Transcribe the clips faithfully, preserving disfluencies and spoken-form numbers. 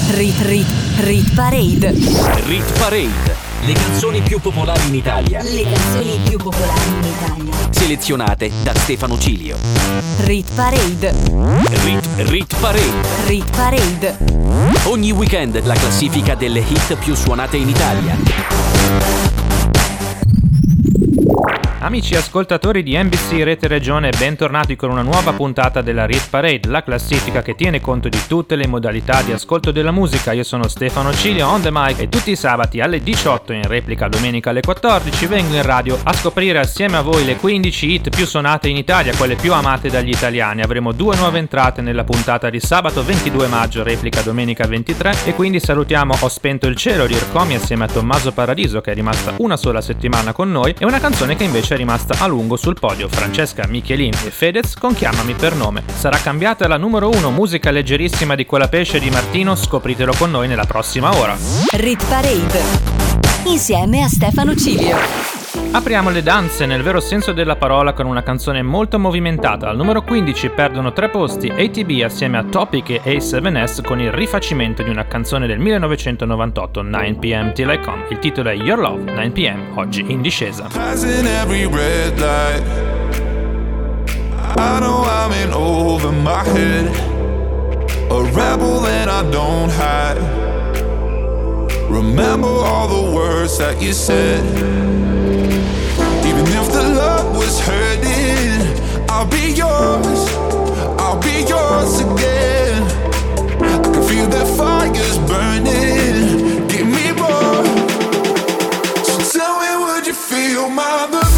Rit Rit Rit Parade. Rit Parade. Le canzoni più popolari in Italia. Le canzoni più popolari in Italia. Selezionate da Stefano Cilio. Rit Parade. Rit Rit Parade. Rit Parade. Ogni weekend la classifica delle hit più suonate in Italia. Amici ascoltatori di N B C Rete Regione, bentornati con una nuova puntata della Rit Parade, la classifica che tiene conto di tutte le modalità di ascolto della musica. Io sono Stefano Cilio on the mic e tutti i sabati alle diciotto, in replica domenica alle quattordici, vengo in radio a scoprire assieme a voi le quindici hit più suonate in Italia, quelle più amate dagli italiani. Avremo due nuove entrate nella puntata di sabato ventidue maggio, replica domenica ventitré, e quindi salutiamo Ho spento il cielo di Ercomi assieme a Tommaso Paradiso, che è rimasta una sola settimana con noi, e una canzone che invece è rimasta a lungo sul podio, Francesca Michelin e Fedez con Chiamami per nome. Sarà cambiata la numero uno, musica leggerissima di Quella pesce di Martino, scopritelo con noi nella prossima ora. Rit Parade insieme a Stefano Cilio. Apriamo le danze nel vero senso della parola con una canzone molto movimentata. Al numero quindici perdono tre posti A T B assieme a Topic e A sette S con il rifacimento di una canzone del millenovecentonovantotto, nine p m Till I Come. Il titolo è Your Love, nine p m, oggi in discesa. I know I'm in over my head, a rebel and I don't hide. Remember all the words that you said. Even if the love was hurting, I'll be yours, I'll be yours again. I can feel that fire's burning, give me more. So tell me, would you feel my love?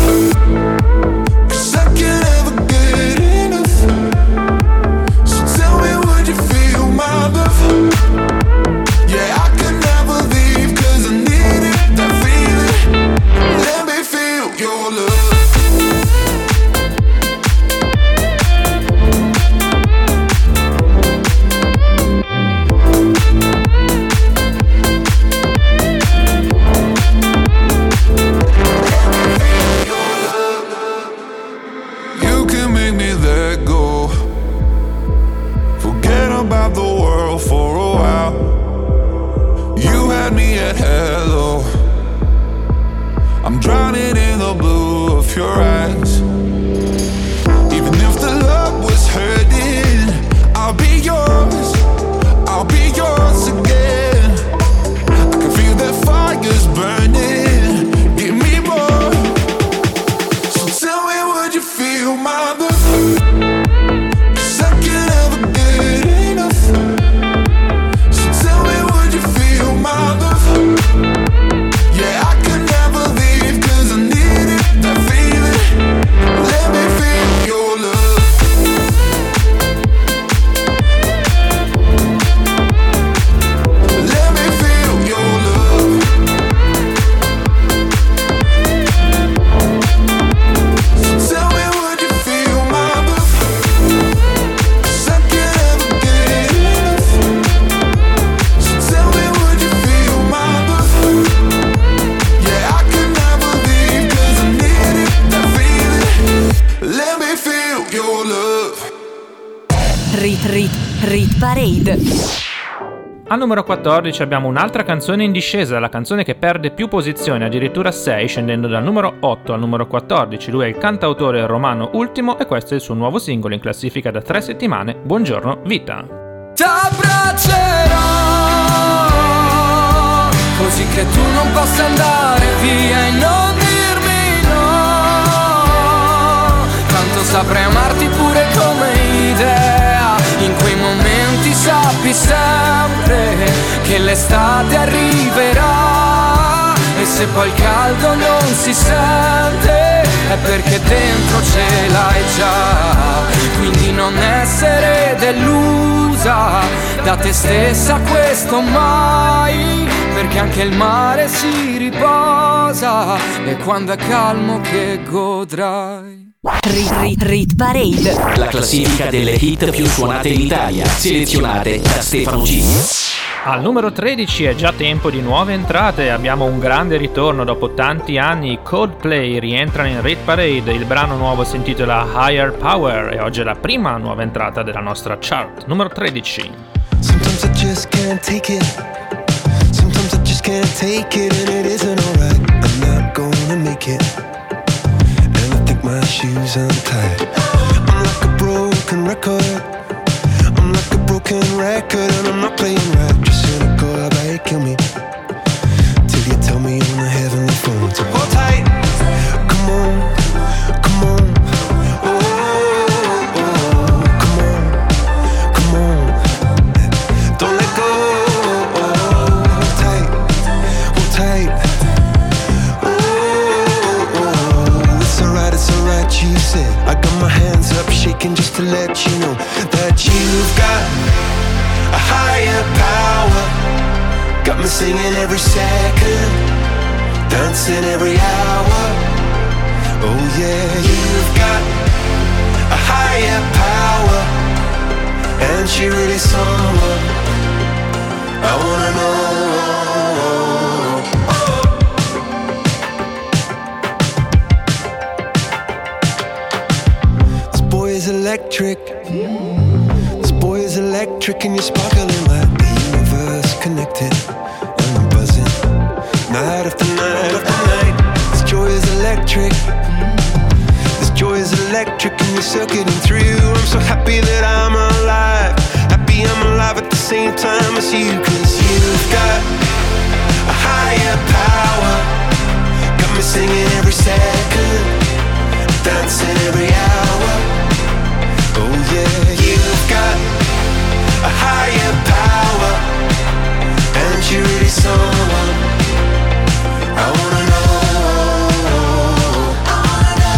Al numero quattordici abbiamo un'altra canzone in discesa, la canzone che perde più posizioni, addirittura sei, scendendo dal numero otto al numero quattordici. Lui è il cantautore romano Ultimo e questo è il suo nuovo singolo in classifica da tre settimane, Buongiorno Vita. T'abbraccerò così che tu non possa andare via e non dirmi no. Tanto saprei amarti pure come idea. In quei momenti sappi sempre che l'estate arriverà. E se poi il caldo non si sente è perché dentro ce l'hai già. Quindi non essere delusa da te stessa, questo mai. Perché anche il mare si riposa e quando è calmo che godrai. Rit, rit, rit Parade, la classifica delle hit più suonate in Italia, selezionate da Stefano Cilio. Al numero tredici è già tempo di nuove entrate, abbiamo un grande ritorno dopo tanti anni. Coldplay rientrano in Rit Parade, il brano nuovo si intitola Higher Power e oggi è la prima nuova entrata della nostra chart, numero tredici. Sometimes Sometimes I just can't take it. Sometimes I just can't take it, and it isn't alright. I'm not gonna make it, and I think my shoes untied. I'm like a broken record. I'm like a broken record, and I'm not playing right. Just cynical, how about you kill me till you tell me on the heavenly phone to hold tight. Come on, come on. I got my hands up shaking just to let you know that you've got a higher power. Got me singing every second, dancing every hour. Oh yeah, you've got a higher power, and she really someone I wanna know. Electric, this boy is electric, and you're sparkling like the universe connected, and I'm buzzing night after night after night. This joy is electric, this joy is electric, and you're circuiting through. I'm so happy that I'm alive, happy I'm alive at the same time as you, 'cause you've got a higher power. Got me singing every second, dancing every hour. Oh yeah, you've got a higher power, and you're really someone I wanna know. I wanna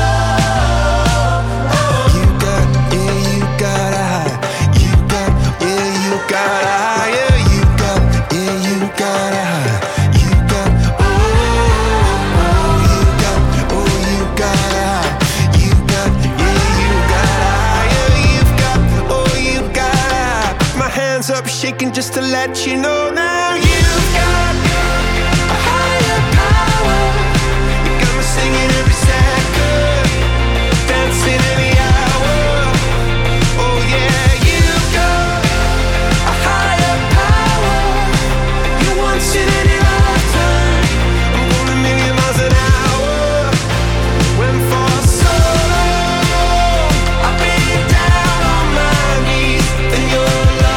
know. You got, yeah, you got a high. You got, yeah, you got a higher. You got, yeah, you got a high. You got, oh, oh, you got, oh, you got a high. You got, yeah, you got a hands up shaking just to let you know now you've got a higher power. You got me singing every second, dancing every hour. Oh yeah, you've got a higher power. You once in any lifetime. I'm going a million miles an hour. When for so long I've been down on my knees, and you're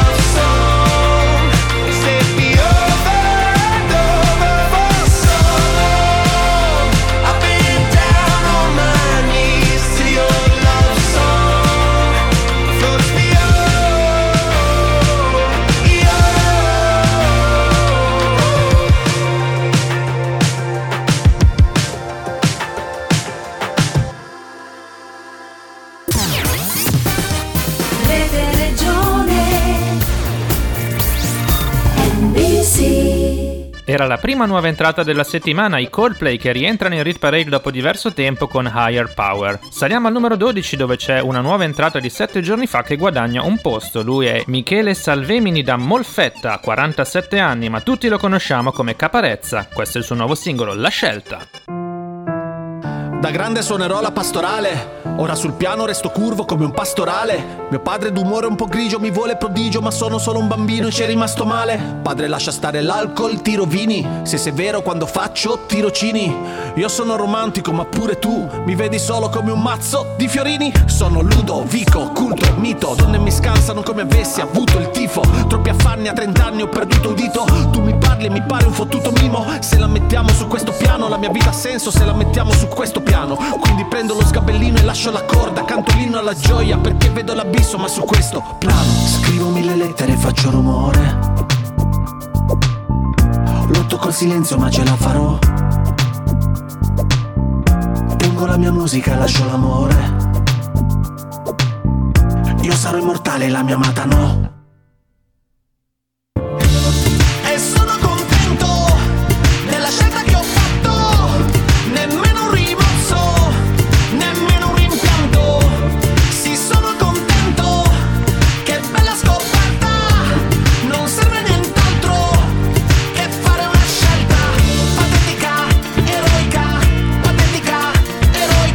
Era la prima nuova entrata della settimana, i Coldplay, che rientrano in Hit Parade dopo diverso tempo con Higher Power. Saliamo al numero dodici, dove c'è una nuova entrata di sette giorni fa che guadagna un posto. Lui è Michele Salvemini da Molfetta, quarantasette anni, ma tutti lo conosciamo come Caparezza. Questo è il suo nuovo singolo, La Scelta. Da grande suonerò la pastorale, ora sul piano resto curvo come un pastorale. Mio padre d'umore un po' grigio mi vuole prodigio, ma sono solo un bambino e ci è rimasto male. Padre lascia stare l'alcol, tiro vini, se sei vero quando faccio tirocini. Io sono romantico ma pure tu mi vedi solo come un mazzo di fiorini. Sono Ludovico, culto, mito, donne mi scansano come avessi avuto il tifo. Troppi affanni, a trent'anni ho perduto un dito. Tu mi parli e mi pare un fottuto mimo. Se la mettiamo su questo piano la mia vita ha senso, se la mettiamo su questo piano. Quindi prendo lo sgabellino e lascio la corda, canto l'inno alla gioia perché vedo l'abisso, ma su questo plano scrivo mille lettere e faccio rumore. Lotto col silenzio ma ce la farò. Tengo la mia musica e lascio l'amore. Io sarò immortale e la mia amata no.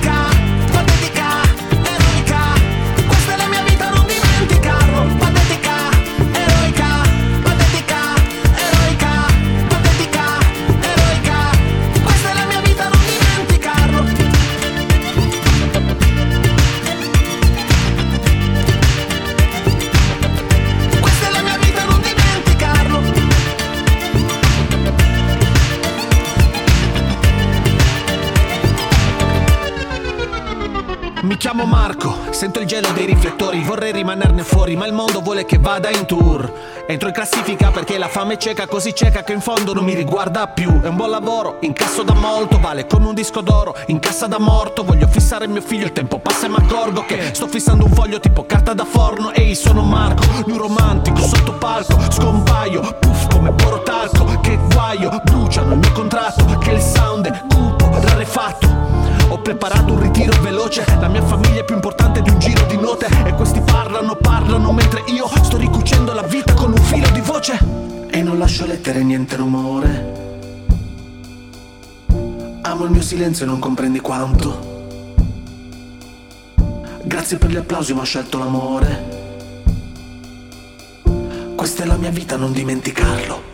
Questa è la mia vita, non dimenticarlo. Patetica, chiamo Marco, sento il gelo dei riflettori, vorrei rimanerne fuori, ma il mondo vuole che vada in tour. Entro in classifica perché la fame è cieca, così cieca che in fondo non mi riguarda più. È un buon lavoro, incasso da molto, vale come un disco d'oro, in cassa da morto. Voglio fissare mio figlio, il tempo passa e mi accorgo che sto fissando un foglio tipo carta da forno. Ehi, sono Marco, lui romantico, sotto palco, scompaio, puff come porotalco. Che guaio, bruciano il mio contratto, che il sound è cupo, rarefatto. Ho preparato un ritiro veloce, la mia famiglia è più importante di un giro di note. E questi parlano, parlano mentre io sto ricucendo la vita con un filo di voce. E non lascio lettere, niente rumore. Amo il mio silenzio e non comprendi quanto. Grazie per gli applausi ma ho scelto l'amore. Questa è la mia vita, non dimenticarlo.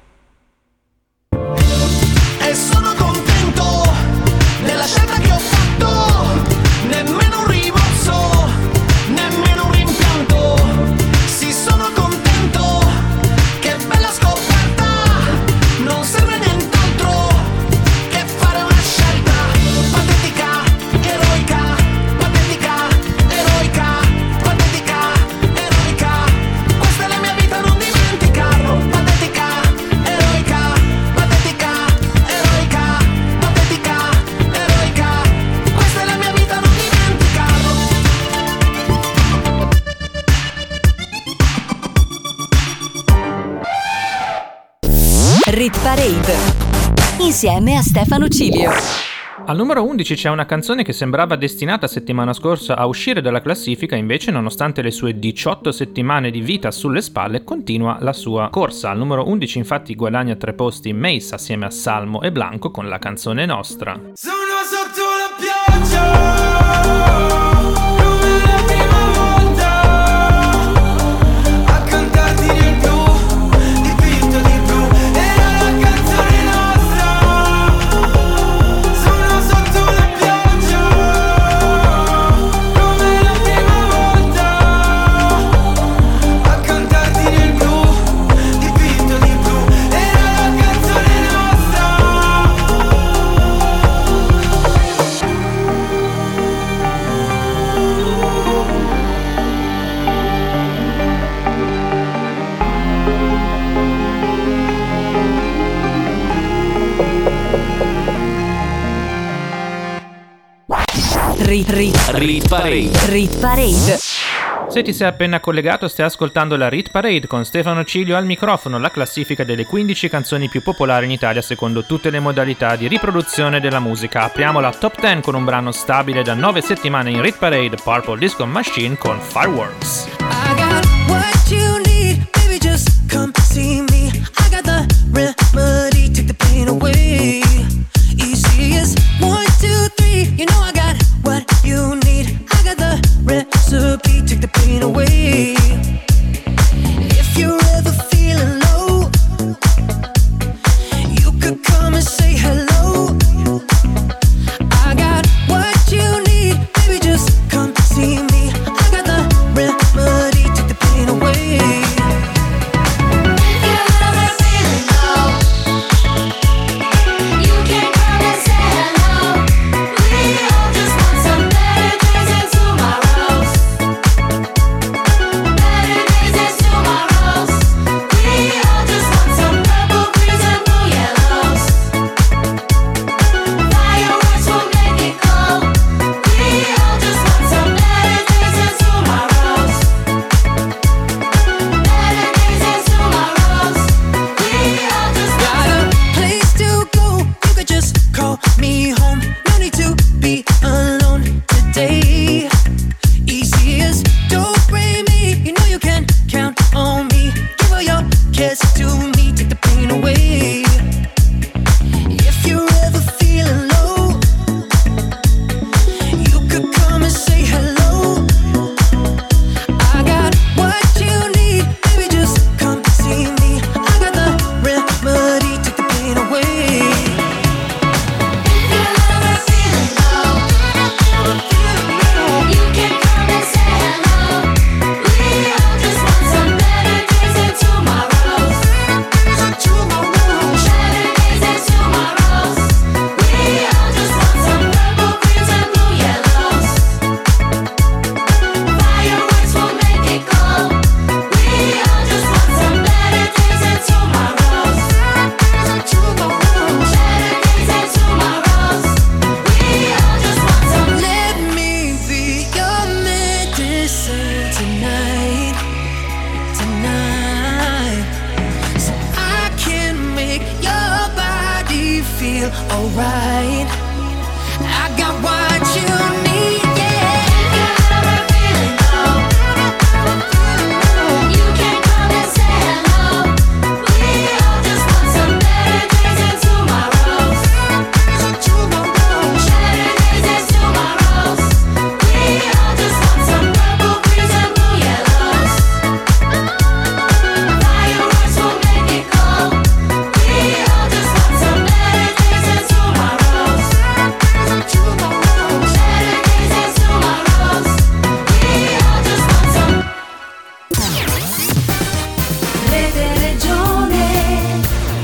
E sono contento della scelta che ho fatto, nemmeno un rimorso, nemmeno un rimpianto. Sì, sono contento, che bella scoperta, non serve nient'altro che fare una scelta. Patetica, eroica, patetica, eroica, patetica, eroica. Questa è la mia vita, non dimenticarlo. Patetica, eroica, patetica, eroica, patetica, eroica. Questa è la mia vita, non dimenticarlo. Rit Parade insieme a Stefano Cilio. Al numero undici c'è una canzone che sembrava destinata settimana scorsa a uscire dalla classifica, invece nonostante le sue diciotto settimane di vita sulle spalle continua la sua corsa. Al numero undici infatti guadagna tre posti Mace assieme a Salmo e Blanco con la canzone Nostra. Sono sotto la pioggia, come la prima volta, a cantarti di più, dipinto di blu, era la canzone nostra. Sono sotto la pioggia, come la prima volta, a cantarti di blu, dipinto di blu, era la canzone nostra. Rit Rit Rit Parade. Rit Parade. Se ti sei appena collegato, stai ascoltando la Rit Parade con Stefano Cilio al microfono, la classifica delle quindici canzoni più popolari in Italia secondo tutte le modalità di riproduzione della musica. Apriamo la top dieci con un brano stabile da nove settimane in Rit Parade, Purple Disco Machine con Fireworks. I got what you need, baby, just come see me. I got the remedy, take the pain away. Easy as one, two, three. You know I got what you need. I got the recipe, take the pain away. If you're ever feeling low, you could come and say hello. I got what you need, baby, just come see me. I got the remedy, take the pain feel alright. I got what you need, yeah. You can have a feeling, though. You can come and say hello. We all just want some better days and tomorrows. Better days and tomorrows. We all just want some purple greens and blue yellows. Fireworks will make it glow. We all just want some better days and tomorrows. Better days and tomorrows. We all just want some. Rete Regione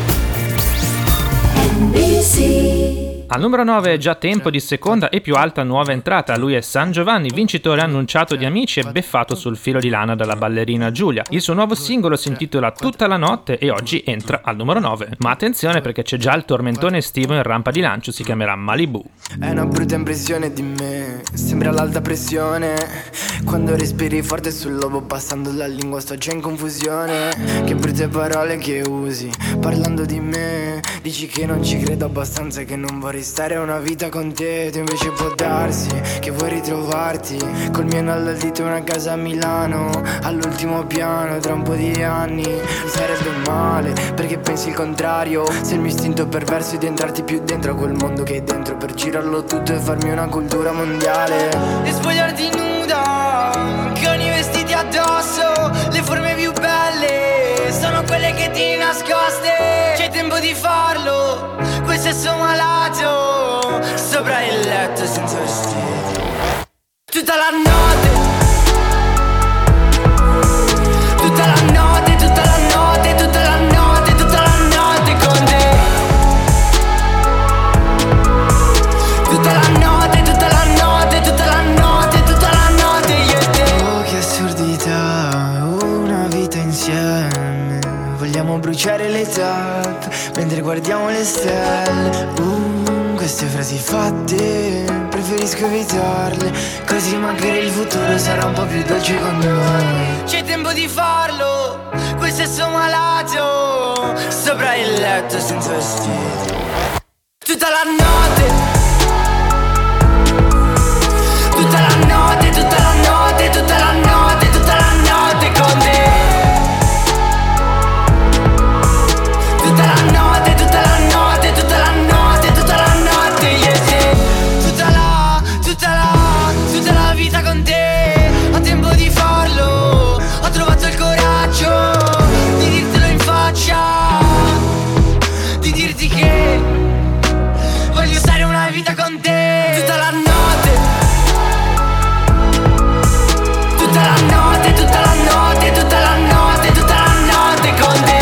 N B C. Al numero nove è già tempo di seconda e più alta nuova entrata. Lui è San Giovanni, vincitore annunciato di Amici e beffato sul filo di lana dalla ballerina Giulia. Il suo nuovo singolo si intitola Tutta la notte e oggi entra al numero nove. Ma attenzione, perché c'è già il tormentone estivo in rampa di lancio, si chiamerà Malibu. È una brutta impressione di me, sembra l'alta pressione. Quando respiri forte sul lobo, passando la lingua sto già in confusione. Che brutte parole che usi, parlando di me. Dici che non ci credo abbastanza e che non vorrei stare una vita con te. Tu invece può darsi che vuoi ritrovarti col mio anello al dito, una casa a Milano, all'ultimo piano. Tra un po' di anni mi sarebbe male, perché pensi il contrario. Se il mio istinto perverso è di entrarti più dentro a quel mondo che hai dentro, per girarlo tutto e farmi una cultura mondiale. E spogliarti nuda, con i vestiti addosso. Le forme più belle sono quelle che ti nascoste. C'è tempo di farlo, quel sesso malato, sopra il letto senza vestiti. Tutta la notte, tutta la notte, tutta la notte, tutta la notte, tutta la notte con te. Tutta la notte, tutta la notte, tutta la notte, tutta la notte io e te. Oh che assurdità, una vita insieme. Vogliamo bruciare le tappe mentre guardiamo le stelle. Uh, queste frasi fatte preferisco evitarle, così magari il futuro sarà un po' più dolce con noi. C'è tempo di farlo, quel sesso malato, sopra il letto senza vestiti. Tutta la notte, tutta la notte, tutta la notte, tutta la notte, tutta la notte con te. Tutta la notte, tutta la notte, tutta la notte, tutta la notte io e te. Tutta la, tutta la, tutta la vita con te. Ho tempo di farlo, ho trovato il coraggio di dirtelo in faccia, di dirti che voglio stare una vita con te. Tutta la notte, tutta la notte, tutta la notte, tutta la notte, tutta la notte con te.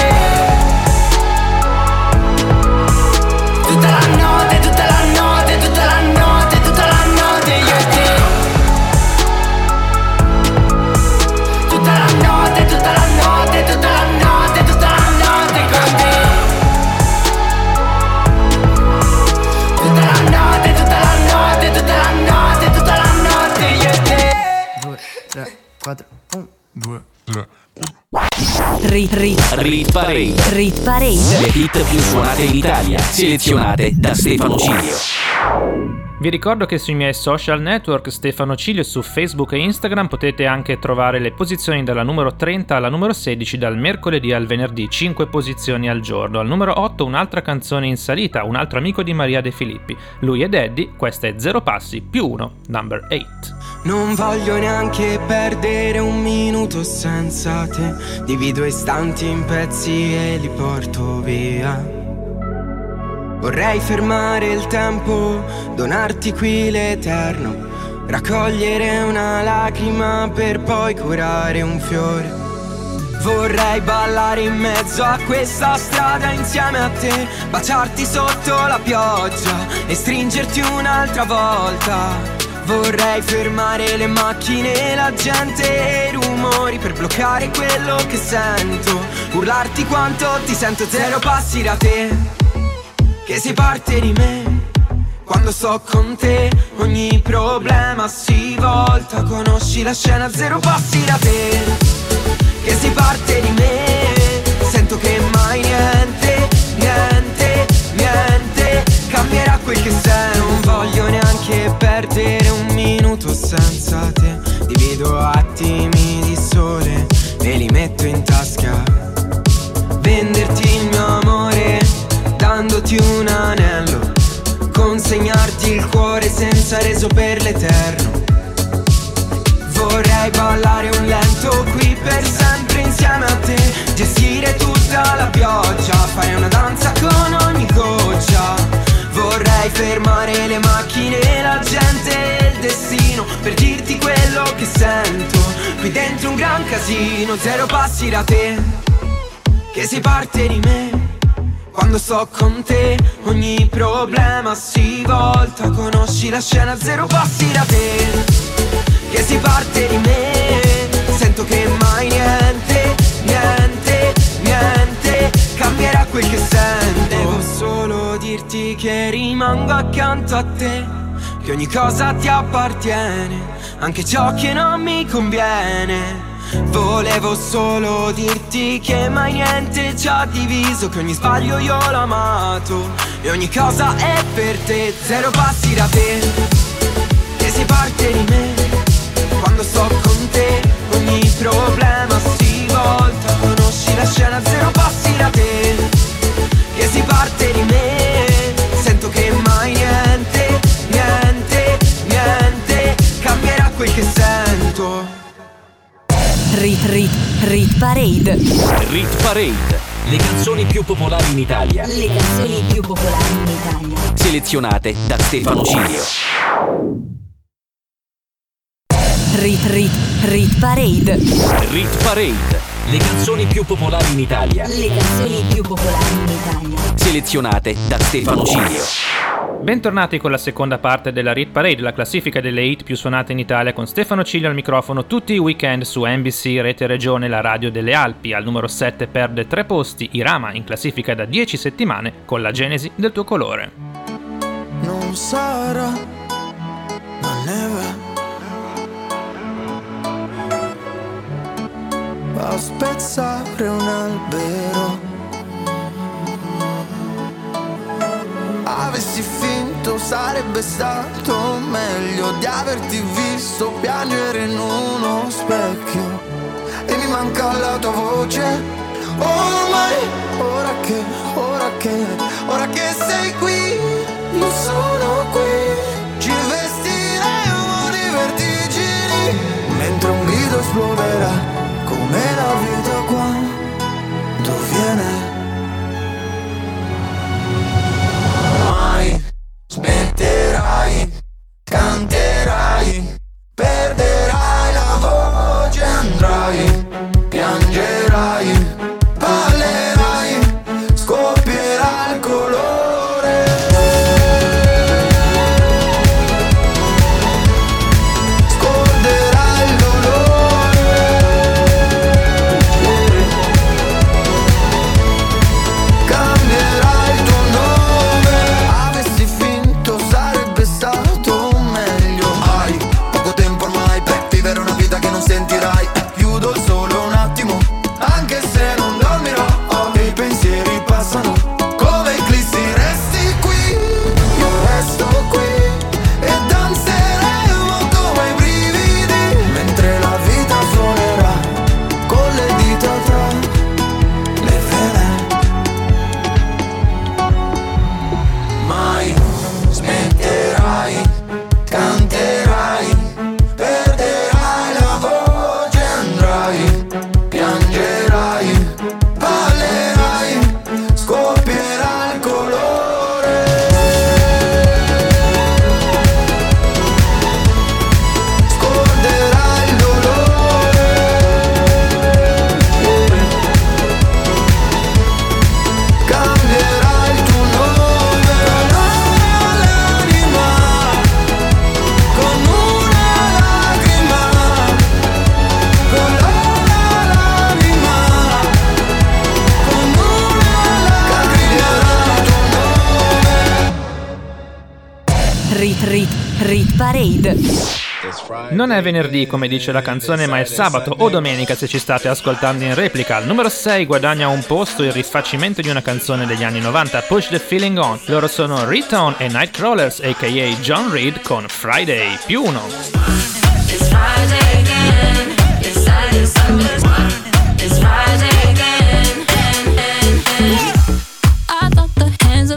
Tutta la notte, tutta la notte, tutta la notte, tutta la notte io e te. Tutta la notte, tutta la notte, tutta la notte, tutta la notte con te. Tutta la notte, tutta la notte, tutta la notte, tutta la notte io e te. Due, tre, quattro, un, due, tre. Rit, rit, Rit Parade. rit parade. Le hit più suonate in Italia, selezionate da Stefano Cilio. Vi ricordo che sui miei social network Stefano Cilio su Facebook e Instagram potete anche trovare le posizioni dalla numero trenta alla numero sedici dal mercoledì al venerdì, cinque posizioni al giorno. Al numero otto un'altra canzone in salita, un altro amico di Maria De Filippi. Lui è Daddy, questa è Zero Passi più uno, number eight. Non voglio neanche perdere un minuto senza te. Divido istanti in pezzi e li porto via. Vorrei fermare il tempo, donarti qui l'eterno, raccogliere una lacrima per poi curare un fiore. Vorrei ballare in mezzo a questa strada insieme a te, baciarti sotto la pioggia e stringerti un'altra volta. Vorrei fermare le macchine, la gente e i rumori per bloccare quello che sento, urlarti quanto ti sento. Zero passi da te, che sei parte di me. Quando sto con te ogni problema si volta. Conosci la scena, zero passi da te, che sei parte di me. Sento che mai niente, niente, niente regalandoti un anello, consegnarti il cuore senza reso per l'eterno. Vorrei ballare un lento qui per sempre insieme a te, gestire tutta la pioggia, fare una danza con ogni goccia. Vorrei fermare le macchine, la gente e il destino, per dirti quello che sento. Qui dentro un gran casino, zero passi da te, che sei parte di me. Quando sto con te ogni problema si volta, conosci la scena, zero passi da te, che si parte di me. Sento che mai niente, niente, niente cambierà quel che sento. Devo solo dirti che rimango accanto a te, che ogni cosa ti appartiene, anche ciò che non mi conviene. Volevo solo dirti che mai niente ci ha diviso, che ogni sbaglio io l'ho amato e ogni cosa è per te. Zero passi da te, che sei parte di me. Quando sto con te ogni problema si volta, conosci la scena, zero passi da te, che sei parte di me. Sento che mai niente, niente, niente cambierà quel che sento. Rit Rit Rit Parade. Rit Parade, le canzoni più popolari in Italia. Le canzoni più popolari in Italia. Selezionate da Stefano Cilio. Rit Rit Rit Parade. Rit Parade, le canzoni più popolari in Italia. Le canzoni più popolari in Italia. Selezionate da Stefano Cilio. Bentornati con la seconda parte della Rit Parade, la classifica delle hit più suonate in Italia, con Stefano Cilio al microfono tutti i weekend su N B C Rete Regione, la radio delle Alpi. Al numero sette perde tre posti Irama, in classifica da dieci settimane, con La genesi del tuo colore. Non sarà la neve a spezzare un albero. Avessi finto sarebbe stato meglio di averti visto piangere in uno specchio. E mi manca la tua voce. Ormai, ora che, ora che, ora che sei qui, io sono qui. Ci vestiremo di vertigini, mentre un grido esploderà come la vita quando viene. Mai smetterai, canterai, perderai la voce, andrai, piangerai, ballerai, scoppierà il colore. Scorderai il dolore. Cambierai il tuo nome. Avessi finto sarebbe stato meglio. Hai poco tempo ormai per vivere una vita che non sentirai. Chiudo il solo un attimo, anche se non dormirò. E i pensieri passano come eclissi. Resti qui, io resto qui, e danzeremo come i brividi, mentre la vita suonerà con le dita tra le vene. Mai smetterai, canterai, perderai la voce, andrai, piangerai, ballerai, scoppierà il colore. Scorderai il dolore. Cambierai il tuo nome. L'anima con una lacrima, con l'anima con una lacrima. Rit Rit Rit Parade. Non è venerdì come dice la canzone, ma è sabato o domenica se ci state ascoltando in replica. Al numero sei guadagna un posto il rifacimento di una canzone degli anni novanta, Push the Feeling On. Loro sono Ritone e Nightcrawlers, a k a. John Reed con Friday, più uno. It's Friday again. It's Saturday, Sunday. It's Friday again. I thought the hands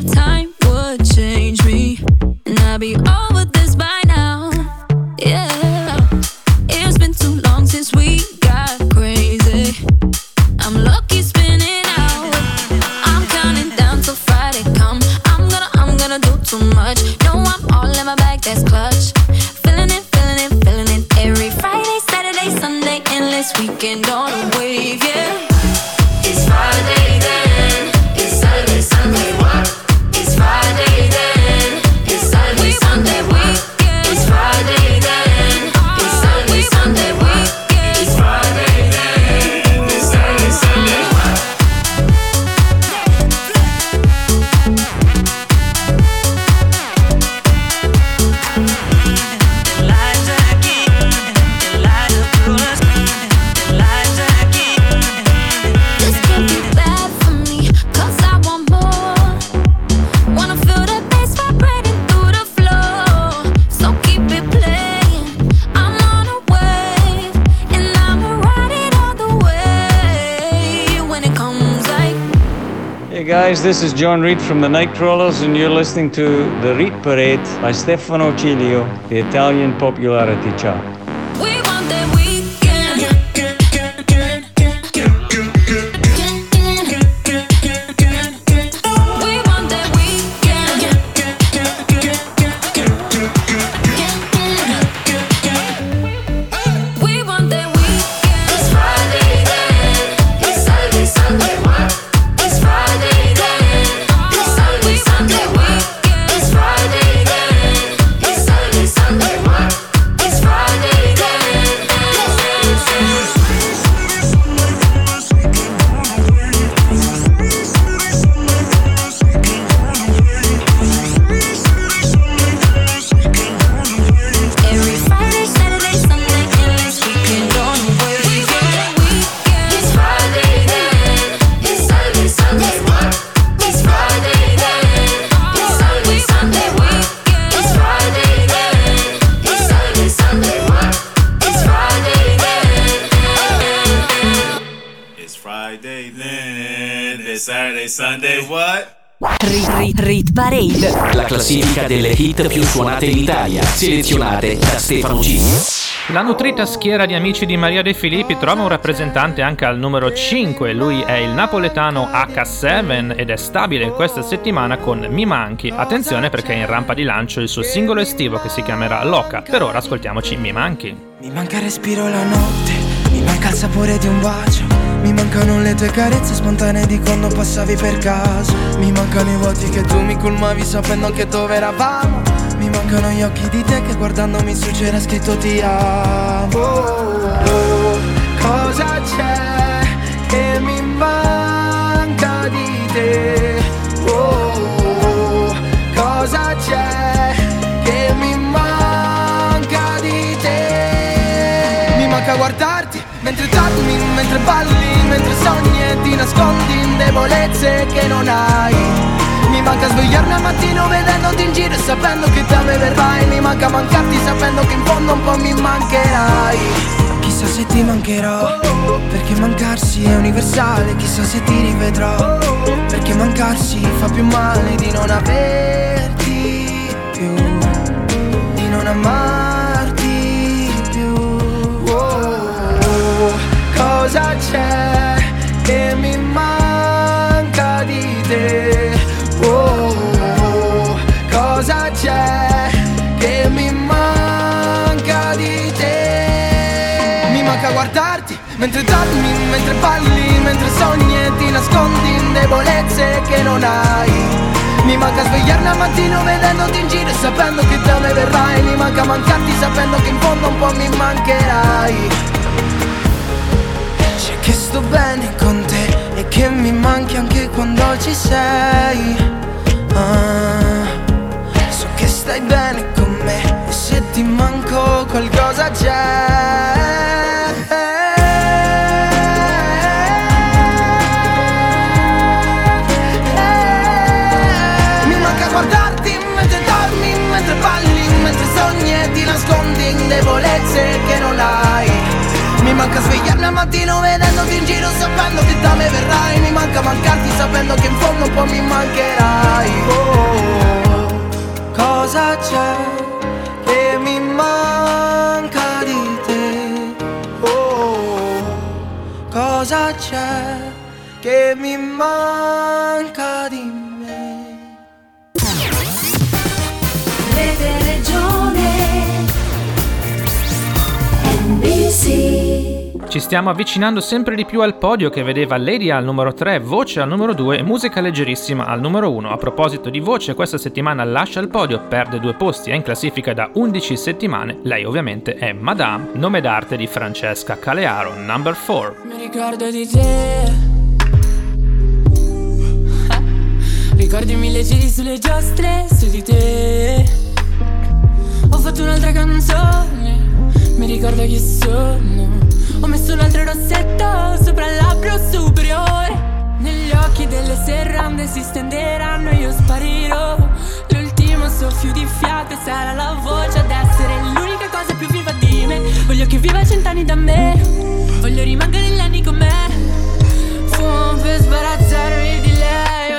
Hey guys, this is John Reed from the Nightcrawlers and you're listening to The Reed Parade by Stefano Cilio, the Italian popularity chart. We want that weekend. We want that weekend. We want that weekend. It's Friday then. It's Saturday, Sunday, what? It's Friday then. It's Saturday, Sunday, weekend. It's Friday then. It's Saturday, Sunday, what? It's Friday then. Every Friday, Saturday, Sunday, endless weekend on the way. We want that weekend. It's Friday then. It's Saturday, Sunday, what? It's Friday then. It's Saturday, Sunday, weekend. It's Friday then. It's Saturday, Sunday, what? It's Friday then. It's Friday then. It's Saturday, Sunday, what? Rit, rit, rit Parade. La classifica delle hit più suonate in Italia, selezionate da Stefano Cilio. La nutrita schiera di amici di Maria De Filippi trova un rappresentante anche al numero cinque. Lui è il napoletano acca sette ed è stabile questa settimana con Mi Manchi. Attenzione perché è in rampa di lancio il suo singolo estivo che si chiamerà Loca. Per ora ascoltiamoci Mi Manchi. Mi manca il respiro la notte, mi manca il sapore di un bacio, mi mancano le tue carezze spontanee di quando passavi per caso, mi mancano i vuoti che tu mi colmavi sapendo anche dove eravamo, mi mancano gli occhi di te che guardandomi su c'era scritto ti amo. Oh, cosa c'è che mi manca di te? Oh, cosa c'è che mi manca di te? Mi manca guardarti mentre dormi, mentre balli, mentre sogni e ti nascondi in debolezze che non hai. Mi manca svegliarmi al mattino vedendoti in giro e sapendo che da me verrai. Mi manca mancarti sapendo che in fondo un po' mi mancherai. Chissà se ti mancherò, perché mancarsi è universale. Chissà se ti rivedrò, perché mancarsi fa più male di non averti più, di non amarti più. Oh, cosa c'è che mi manca di te? Oh, cosa c'è che mi manca di te? Mi manca guardarti mentre dormi, mentre balli, mentre sogni e ti nascondi in debolezze che non hai. Mi manca svegliarmi al mattino vedendoti in giro e sapendo che da me verrai. Mi manca mancarti sapendo che in fondo un po' mi mancherai. C'è che sto bene con te e che mi manchi anche quando ci sei. Ah, so che stai bene con me e se ti manco qualcosa c'è. Mi manca guardarti mentre dormi, mentre balli, mentre sogni e ti nascondi in debolezze che non hai. Mi manca svegliarmi al mattino vedendoti in giro sapendo che da me verrai. Mi manca mancarti sapendo che in fondo un po' mi mancherai. Oh, cosa c'è che mi manca di te? Oh, cosa c'è che mi manca di me? Rete Regione N B C. Ci stiamo avvicinando sempre di più al podio che vedeva Lady al numero tre, Voce al numero due e Musica leggerissima al numero uno. A proposito di Voce, questa settimana lascia il podio, perde due posti, è in classifica da undici settimane. Lei ovviamente è Madame, nome d'arte di Francesca Calearo, number four. Mi ricordo di te. Ricordi mille giri sulle giostre su di te. Ho fatto un'altra canzone, mi ricordo chi sono. Ho messo un altro rossetto sopra il labbro superiore. Negli occhi delle serrande si stenderanno e io sparirò. L'ultimo soffio di fiato e sarà la voce ad essere l'unica cosa più viva di me. Voglio che viva cent'anni da me, voglio rimanere negli anni con me. Fumo per sbarazzarmi di lei.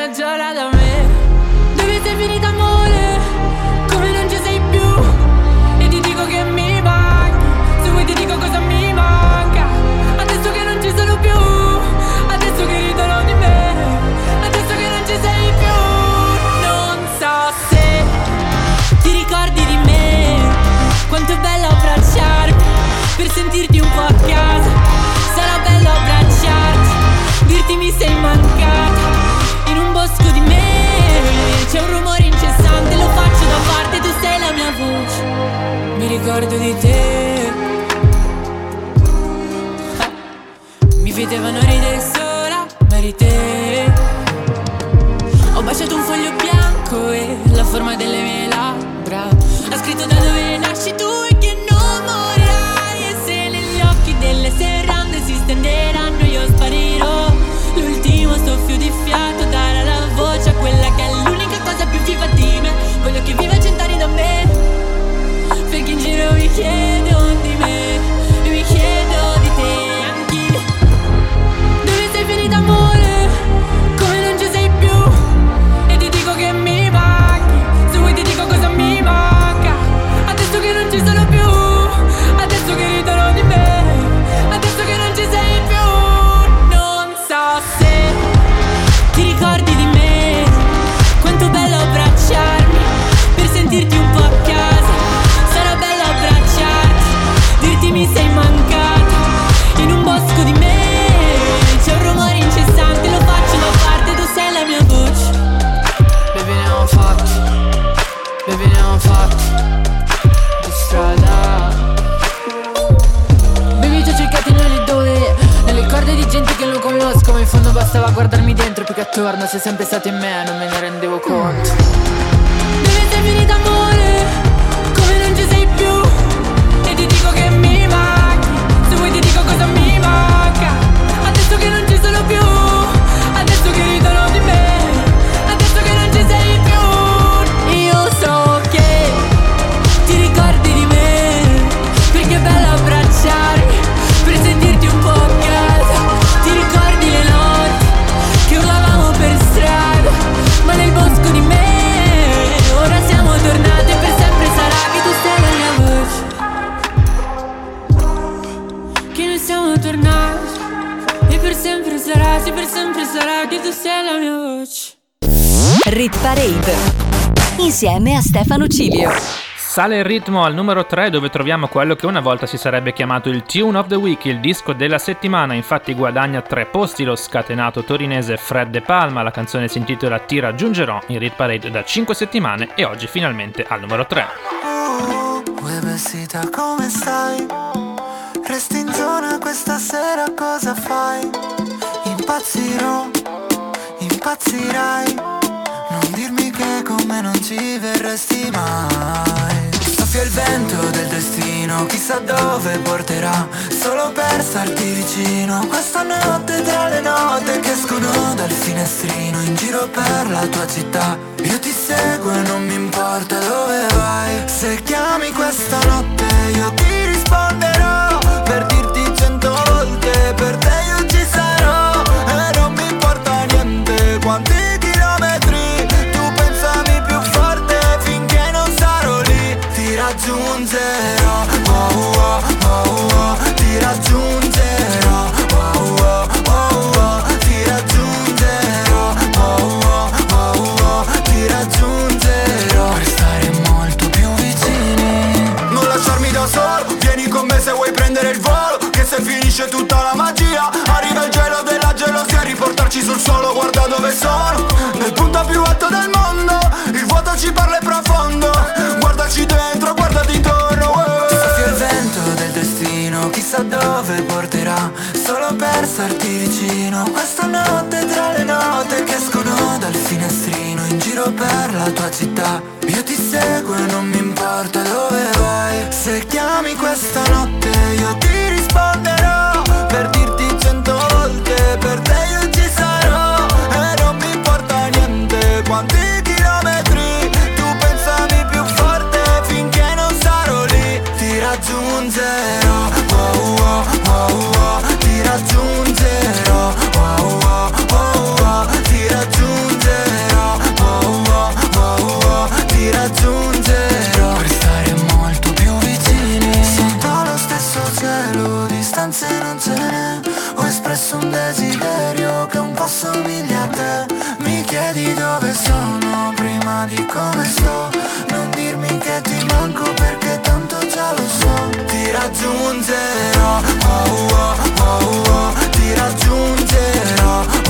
dirti mi sei mancata. In un bosco di me c'è un rumore incessante, lo faccio da parte, tu sei la mia voce. Mi ricordo di te. Mi vedevano ridere sola, ma eri te. Ho baciato un foglio bianco e la forma delle mie labbra ha scritto da dove nasci tu e che non morirai. E se negli occhi delle serrande si stenderanno io sparirò. L'ultimo soffio di fiato darà la voce a quella che è l'unica cosa più viva di me. Voglio che viva cent'anni da me, perché in giro mi chiedo di me e mi chiedo di te anch'io. Dove sei finita amore? Come non ci sei più? E ti dico che mi manchi, se vuoi ti dico cosa mi manca. Adesso che non ci sono più, adesso che ridono di me, adesso che non ci sei più. Non so se ti ricordi di me, quanto bello abbracciarmi per sentirti un po' a casa. Sarà bello abbracciarti, dirti mi sei mancata. In un bosco di me c'è un rumore incessante, lo faccio da parte, tu sei la mia voce. Baby ne ho fatti, baby ne ho fatti di strada. Baby ti ho cercati nelle dove, nelle corde di gente che non conosco, ma in fondo bastava guardarmi dentro più che attorno. Sei sempre stato in me, non me ne rendevo conto. Dove sei finita amore? Come non ci sei più? E ti dico che mi manchi, se vuoi ti dico cosa mi manca. Adesso che non ci sono più, adesso che ridono di me, adesso che non ci sei più. Io so che ti ricordi di me, perché è bello abbracciarmi per sentirti un po' a casa. Ti ricordi le notti che urlavamo per strada, ma nel bosco di me ora siamo tornate. Per sempre sarà che tu sei la mia voce, che noi siamo tornati. E per sempre sarà, sì per sempre sarà che tu sei la mia voce. Rit Parade insieme a Stefano Cilio. Sale il ritmo al numero tre, dove troviamo quello che una volta si sarebbe chiamato il Tune of the Week, il disco della settimana. Infatti guadagna tre posti lo scatenato torinese Fred De Palma. La canzone si intitola Ti raggiungerò, in Rit Parade da cinque settimane e oggi finalmente al numero tre. Uè vestita, come stai? Resti in zona questa sera, cosa fai? Impazzirò, impazzirai. Non dirmi che con me non ci verresti mai. Soffia il vento del destino, chissà dove porterà, solo per starti vicino. Questa notte tra le note che escono dal finestrino, in giro per la tua città, io ti seguo e non mi importa dove vai. Se chiami questa notte io ti risponderò, per dirti cento volte per te io ci sarò. E non mi importa niente quanti chilometri, tu pensami più forte finché non sarò lì. Ti raggiungerò, oh oh oh oh, ti raggiungerò, oh oh oh oh, ti raggiungerò, oh oh oh oh, ti raggiungerò. Per stare molto più vicini, non lasciarmi da solo, vieni con me se vuoi prendere il volo, che se finisce tutta la magia arriva il gelo della gelosia, riportarci sul suolo. Guarda dove sono, nel punto più alto del mondo, il vuoto ci parla e profondo. Guardaci dentro, guardati intorno, oh. Soffia il vento del destino, chissà dove porterà, solo per starti vicino. Questa notte tra le note che escono dal finestrino, in giro per la tua città, io ti seguo e non mi importa dove vai. Se chiami questa notte io ti risponderò, per dirti cento volte per te io ci sarò. E non mi importa niente quanti chilometri, tu pensami più forte finché non sarò lì. Ti raggiungerò, oh oh oh oh, ti raggiungerò, oh oh oh oh, ti raggiungerò, oh oh oh oh, ti raggiungerò. Per stare molto più vicini, sotto lo stesso cielo, distanze non ce n'è. Ho espresso un desiderio che un po' somiglia a te. Mi chiedi dove sono prima di come sto, non dirmi che ti manco perché tanto già lo so. Ti raggiungerò, oh oh oh oh, ti raggiungerò,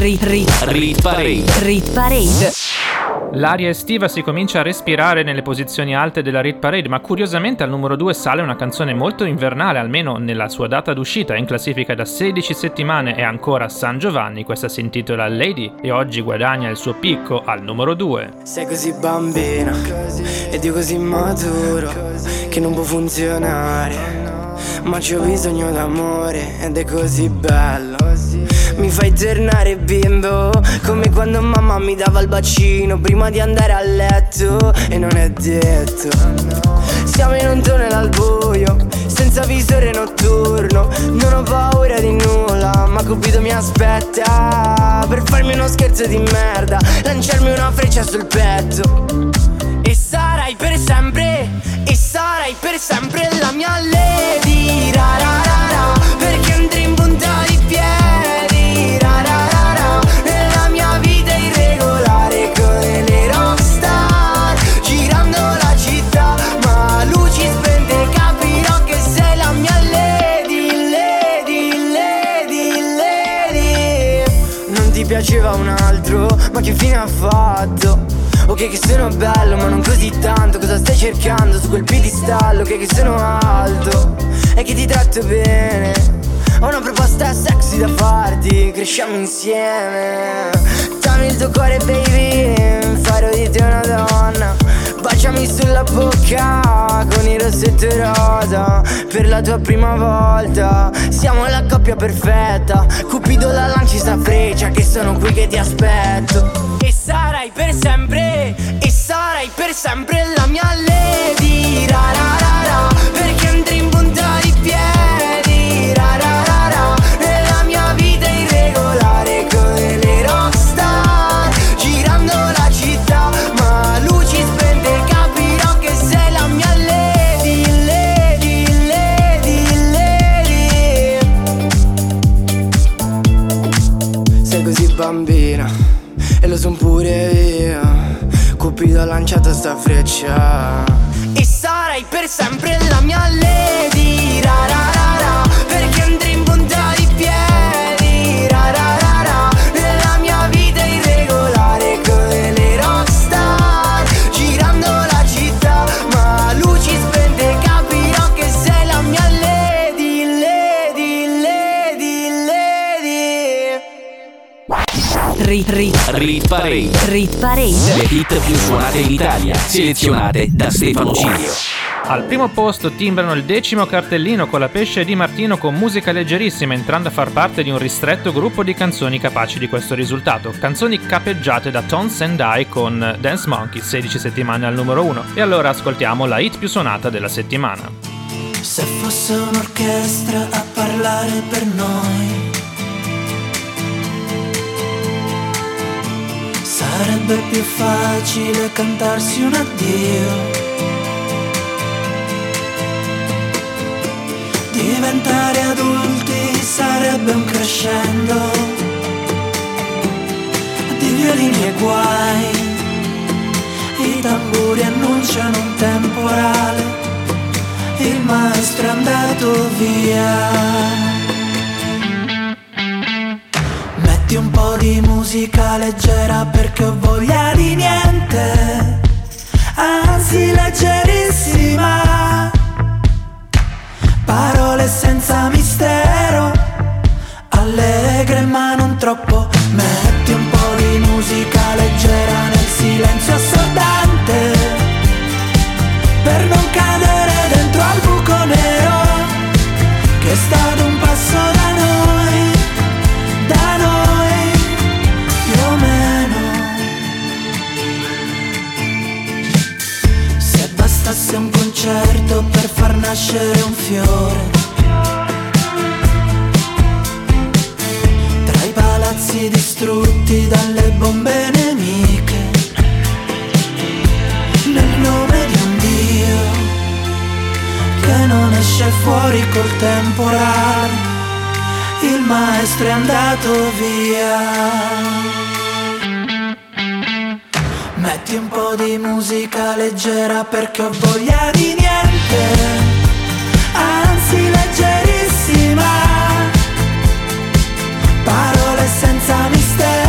Rit, rit, Rit Parade. Rit Parade. L'aria estiva si comincia a respirare nelle posizioni alte della Rit Parade, ma curiosamente al numero due sale una canzone molto invernale, almeno nella sua data d'uscita, in classifica da sedici settimane e ancora San Giovanni. Questa si intitola Lady e oggi guadagna il suo picco al numero due. Sei così bambina ed io così maturo che non può funzionare, ma c'ho bisogno d'amore ed è così bello. Mi fai tornare bimbo, come quando mamma mi dava il bacino prima di andare a letto. E non è detto, siamo in un tunnel al buio, senza visore notturno. Non ho paura di nulla, ma Cupido mi aspetta per farmi uno scherzo di merda, lanciarmi una freccia sul petto. E sarai per sempre, e sarai per sempre la mia lady, ra ra ra ra, perché andrei in punta di piedi, ra ra ra ra, nella mia vita irregolare come le rockstar, girando la città, ma luci spente capirò che sei la mia lady, lady, lady, lady. Non ti piaceva un altro, ma che fine ha fatto? Ok che sono bello ma non così tanto, cosa stai cercando su quel piedistallo? Ok che sono alto e che ti tratto bene, ho una proposta sexy da farti, cresciamo insieme. Dammi il tuo cuore baby, farò di te una donna, baciami sulla bocca con il rossetto rosa, per la tua prima volta. Siamo la coppia perfetta, Cupido la lanci sta freccia, che sono qui che ti aspetto. E sarai per sempre, e sarai per sempre la mia lady, ra ra ra ra, perché andrei in punta di piedi, ra ra ra ra, nella mia vita irregolare come le rockstar, girando la città, ma luci spente capirò che sei la mia lady, lady, lady, lady. Sei così bambina e lo son pure io, Cupido ha lanciato sta freccia. E sarai per sempre la mia lady, ra ra ra ra, perché andrei in punta di piedi, ra ra ra ra, nella mia vita irregolare come le rockstar, girando la città, ma luci spente capirò che sei la mia lady, lady, lady, lady. Rit, rit, Rit Parade. Rit Parade. Le hit più suonate in Italia, selezionate da Stefano Cilio. Al primo posto timbrano il decimo cartellino con la Pesce Di Martino con musica leggerissima, entrando a far parte di un ristretto gruppo di canzoni capaci di questo risultato. Canzoni capeggiate da Tones and I con Dance Monkey, sedici settimane al numero uno. E allora ascoltiamo la hit più suonata della settimana. Se fosse un'orchestra a parlare per noi, sarebbe più facile cantarsi un addio. Diventare adulti sarebbe un crescendo di violini e guai. I tamburi annunciano un temporale, il maestro è andato via. Metti un po' di musica leggera perché ho voglia di niente, anzi leggerissima. Parole senza mistero, allegre ma non troppo. Metti un po' di musica leggera nel silenzio assordante, per non cadere dentro al buco nero che è stato un passo da noi, da noi più o meno. Se bastasse un concerto per far nascere un fiore, tra i palazzi distrutti dalle bombe nemiche, nel nome di un Dio che non esce fuori col temporale, il maestro è andato via. Metti un po' di musica leggera perché ho voglia di niente, anzi leggerissima. Parole senza mistero,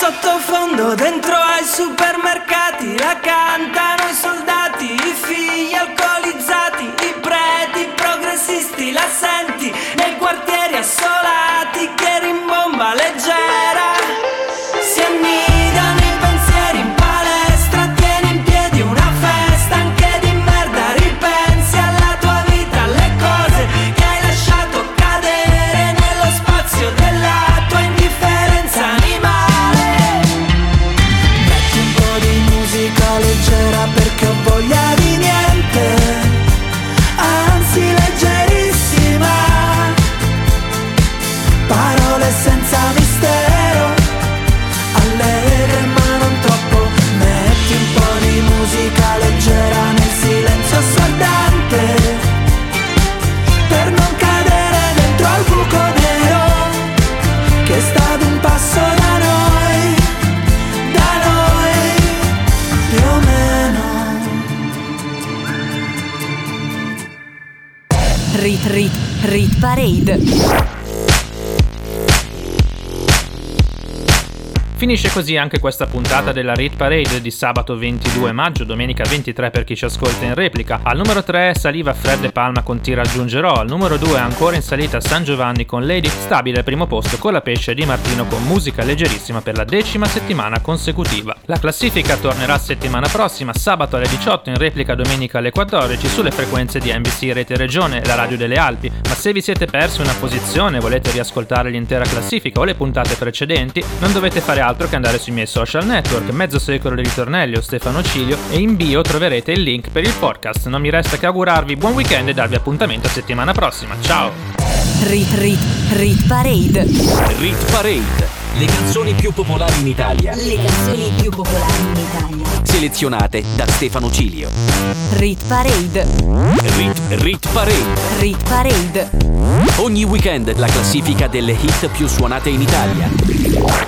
sottofondo dentro ai supermercati, la cantano i soldati, i figli alcolizzati, i preti progressisti, la senti nei quartieri assolati che rimbomba leggera, si annidano i pensieri in palestra, tieni in piedi una festa anche di merda, ripensi alla tua vita, alle cose che hai lasciato cadere nello spazio della tua indifferenza animale. Metti un po' di musica leggera perché ho voglia di niente, anzi leggerissima, parole senza mistero, allegre ma non troppo. Metti un po' di musica leggera nel silenzio assordante, per non cadere dentro al buco nero che sta ad un passo da noi, da noi, più o meno. Rit Rit Rit Parade. Finisce così anche questa puntata della Rit Parade di sabato ventidue maggio, domenica ventitré per chi ci ascolta in replica. Al numero tre saliva Fred De Palma con Ti raggiungerò, al numero due ancora in salita San Giovanni con Lady, stabile al primo posto con La Pesce di Martino con Musica leggerissima per la decima settimana consecutiva. La classifica tornerà settimana prossima, sabato alle diciotto, in replica domenica alle quattordici sulle frequenze di N B C Rete Regione, la radio delle Alpi. Ma se vi siete persi una posizione e volete riascoltare l'intera classifica o le puntate precedenti, non dovete fare altro che andare sui miei social network, Mezzo Secolo di Ritornelli o Stefano Cilio, e in bio troverete il link per il podcast. Non mi resta che augurarvi buon weekend e darvi appuntamento a settimana prossima. Ciao! Rit Rit Rit Parade. Rit Parade. Le canzoni più popolari in Italia. Le canzoni più popolari in Italia. Selezionate da Stefano Cilio. Rit Parade. Rit Rit Parade. Rit Parade. Ogni weekend la classifica delle hit più suonate in Italia.